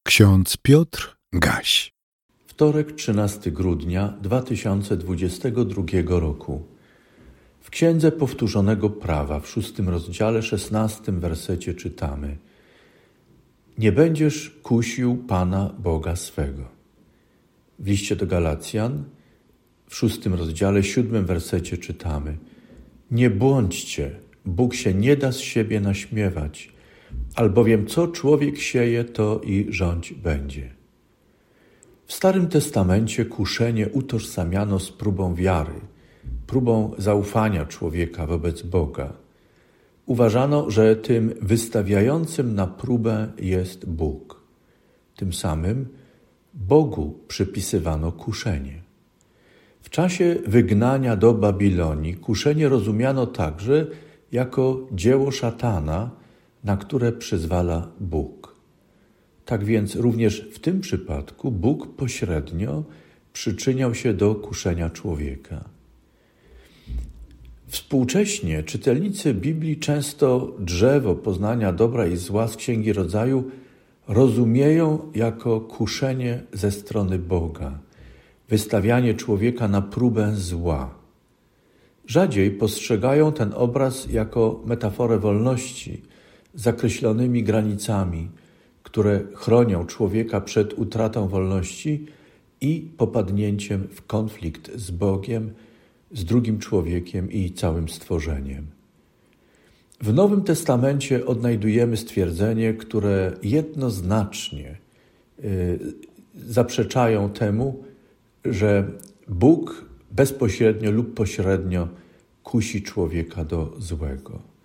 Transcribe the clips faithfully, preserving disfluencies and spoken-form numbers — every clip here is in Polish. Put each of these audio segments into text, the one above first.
Ksiądz Piotr Gaś. Wtorek, trzynastego grudnia dwa tysiące dwudziestego drugiego roku. W Księdze Powtórzonego Prawa w szóstym rozdziale, szesnastym wersecie czytamy: Nie będziesz kusił Pana Boga swego. W liście do Galacjan w szóstym rozdziale, siódmym wersecie czytamy: Nie błądźcie, Bóg się nie da z siebie naśmiewać, albowiem co człowiek sieje, to i rządź będzie. W Starym Testamencie kuszenie utożsamiano z próbą wiary, próbą zaufania człowieka wobec Boga. Uważano, że tym wystawiającym na próbę jest Bóg. Tym samym Bogu przypisywano kuszenie. W czasie wygnania do Babilonii kuszenie rozumiano także jako dzieło szatana, na które przyzwala Bóg. Tak więc również w tym przypadku Bóg pośrednio przyczyniał się do kuszenia człowieka. Współcześnie czytelnicy Biblii często drzewo poznania dobra i zła z Księgi Rodzaju rozumieją jako kuszenie ze strony Boga, wystawianie człowieka na próbę zła. Rzadziej postrzegają ten obraz jako metaforę wolności, z zakreślonymi granicami, które chronią człowieka przed utratą wolności i popadnięciem w konflikt z Bogiem, z drugim człowiekiem i całym stworzeniem. W Nowym Testamencie odnajdujemy stwierdzenie, które jednoznacznie y, zaprzeczają temu, że Bóg bezpośrednio lub pośrednio kusi człowieka do złego.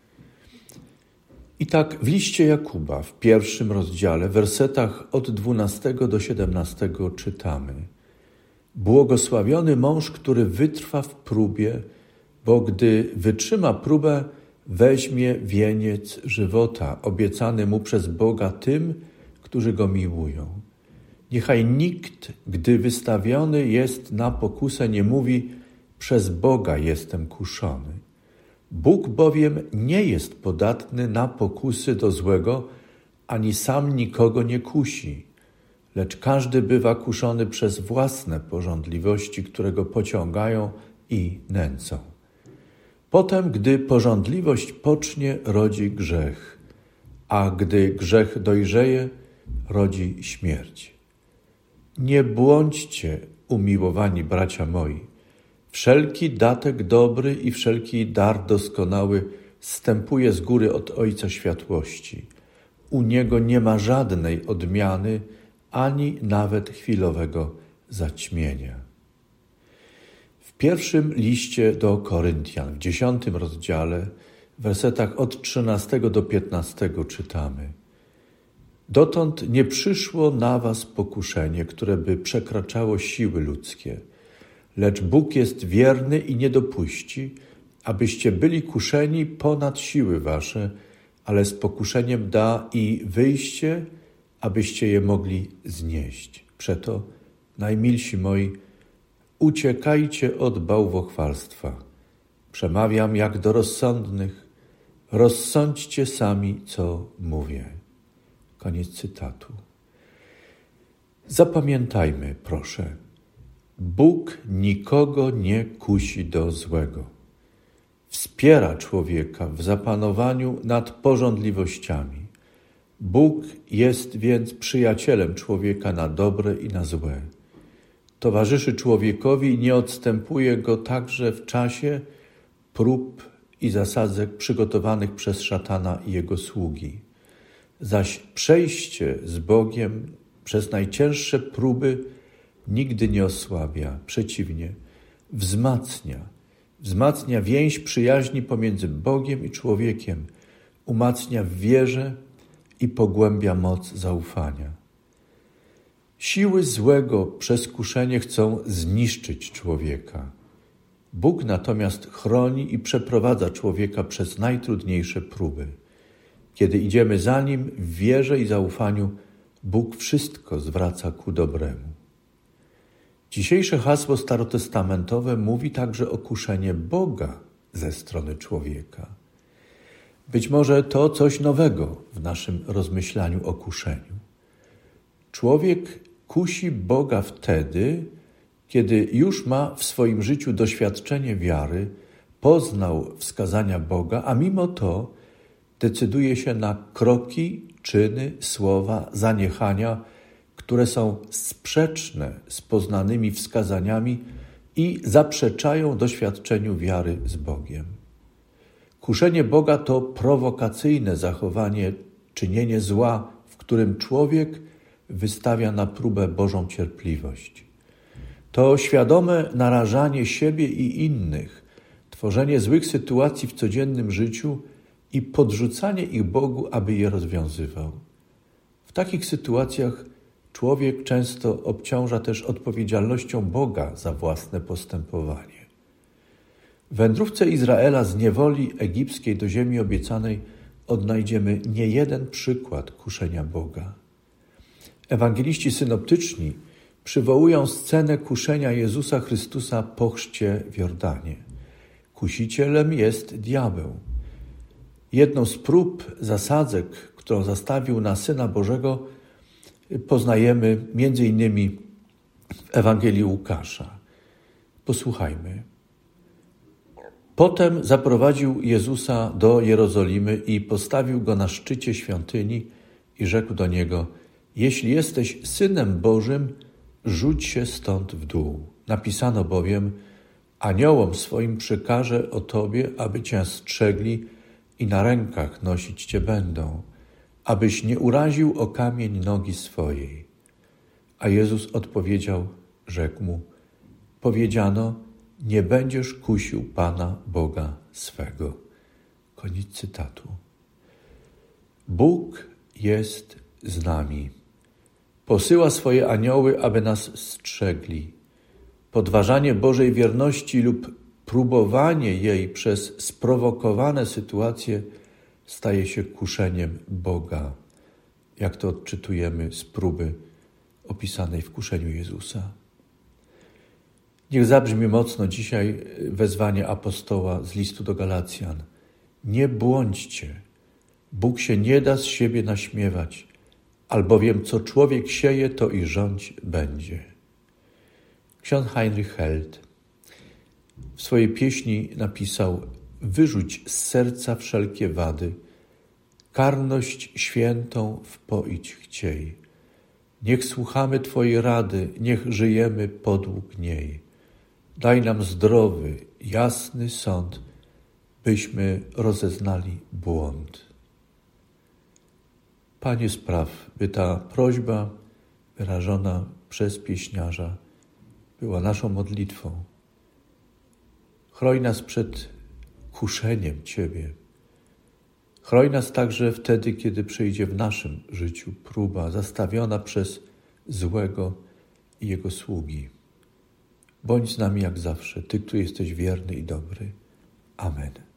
I tak w liście Jakuba w pierwszym rozdziale, w wersetach od dwunastego do siedemnastego czytamy: Błogosławiony mąż, który wytrwa w próbie, bo gdy wytrzyma próbę, weźmie wieniec żywota obiecany mu przez Boga tym, którzy go miłują. Niechaj nikt, gdy wystawiony jest na pokusę, nie mówi: przez Boga jestem kuszony. Bóg bowiem nie jest podatny na pokusy do złego, ani sam nikogo nie kusi, lecz każdy bywa kuszony przez własne pożądliwości, które go pociągają i nęcą. Potem, gdy pożądliwość pocznie, rodzi grzech, a gdy grzech dojrzeje, rodzi śmierć. Nie błądźcie, umiłowani bracia moi. Wszelki datek dobry i wszelki dar doskonały zstępuje z góry od Ojca Światłości. U Niego nie ma żadnej odmiany, ani nawet chwilowego zaćmienia. W pierwszym liście do Koryntian, w dziesiątym rozdziale, w wersetach od trzynastego do piętnastego czytamy: Dotąd nie przyszło na was pokuszenie, które by przekraczało siły ludzkie. Lecz Bóg jest wierny i nie dopuści, abyście byli kuszeni ponad siły wasze, ale z pokuszeniem da i wyjście, abyście je mogli znieść. Przeto, najmilsi moi, uciekajcie od bałwochwalstwa. Przemawiam jak do rozsądnych. Rozsądźcie sami, co mówię. Koniec cytatu. Zapamiętajmy, proszę, Bóg nikogo nie kusi do złego. Wspiera człowieka w zapanowaniu nad pożądliwościami. Bóg jest więc przyjacielem człowieka na dobre i na złe. Towarzyszy człowiekowi i nie odstępuje go także w czasie prób i zasadzek przygotowanych przez szatana i jego sługi. Zaś przejście z Bogiem przez najcięższe próby nigdy nie osłabia, przeciwnie, wzmacnia. Wzmacnia więź przyjaźni pomiędzy Bogiem i człowiekiem, umacnia w wierze i pogłębia moc zaufania. Siły złego przez kuszenie chcą zniszczyć człowieka. Bóg natomiast chroni i przeprowadza człowieka przez najtrudniejsze próby. Kiedy idziemy za Nim w wierze i zaufaniu, Bóg wszystko zwraca ku dobremu. Dzisiejsze hasło starotestamentowe mówi także o kuszeniu Boga ze strony człowieka. Być może to coś nowego w naszym rozmyślaniu o kuszeniu. Człowiek kusi Boga wtedy, kiedy już ma w swoim życiu doświadczenie wiary, poznał wskazania Boga, a mimo to decyduje się na kroki, czyny, słowa, zaniechania, które są sprzeczne z poznanymi wskazaniami i zaprzeczają doświadczeniu wiary z Bogiem. Kuszenie Boga to prowokacyjne zachowanie, czynienie zła, w którym człowiek wystawia na próbę Bożą cierpliwość. To świadome narażanie siebie i innych, tworzenie złych sytuacji w codziennym życiu i podrzucanie ich Bogu, aby je rozwiązywał. W takich sytuacjach człowiek często obciąża też odpowiedzialnością Boga za własne postępowanie. W wędrówce Izraela z niewoli egipskiej do ziemi obiecanej odnajdziemy niejeden przykład kuszenia Boga. Ewangeliści synoptyczni przywołują scenę kuszenia Jezusa Chrystusa po chrzcie w Jordanie. Kusicielem jest diabeł. Jedną z prób, zasadzek, którą zastawił na Syna Bożego, poznajemy między innymi w Ewangelii Łukasza. Posłuchajmy. Potem zaprowadził Jezusa do Jerozolimy i postawił Go na szczycie świątyni i rzekł do Niego: jeśli jesteś Synem Bożym, rzuć się stąd w dół. Napisano bowiem: aniołom swoim przykaże o Tobie, aby Cię strzegli i na rękach nosić Cię będą, abyś nie uraził o kamień nogi swojej. A Jezus odpowiedział, rzekł mu: powiedziano, nie będziesz kusił Pana Boga swego. Koniec cytatu. Bóg jest z nami. Posyła swoje anioły, aby nas strzegli. Podważanie Bożej wierności lub próbowanie jej przez sprowokowane sytuacje staje się kuszeniem Boga, jak to odczytujemy z próby opisanej w kuszeniu Jezusa. Niech zabrzmi mocno dzisiaj wezwanie apostoła z listu do Galacjan. Nie błądźcie, Bóg się nie da z siebie naśmiewać, albowiem co człowiek sieje, to i rządź będzie. Ksiądz Heinrich Held w swojej pieśni napisał: wyrzuć z serca wszelkie wady, karność świętą wpoić chciej. Niech słuchamy Twojej rady, niech żyjemy podług niej. Daj nam zdrowy, jasny sąd, byśmy rozeznali błąd. Panie, spraw, by ta prośba wyrażona przez pieśniarza była naszą modlitwą. Chroń nas przed kuszeniem Ciebie. Chroń nas także wtedy, kiedy przyjdzie w naszym życiu próba zastawiona przez złego i jego sługi. Bądź z nami jak zawsze, Ty, który jesteś wierny i dobry. Amen.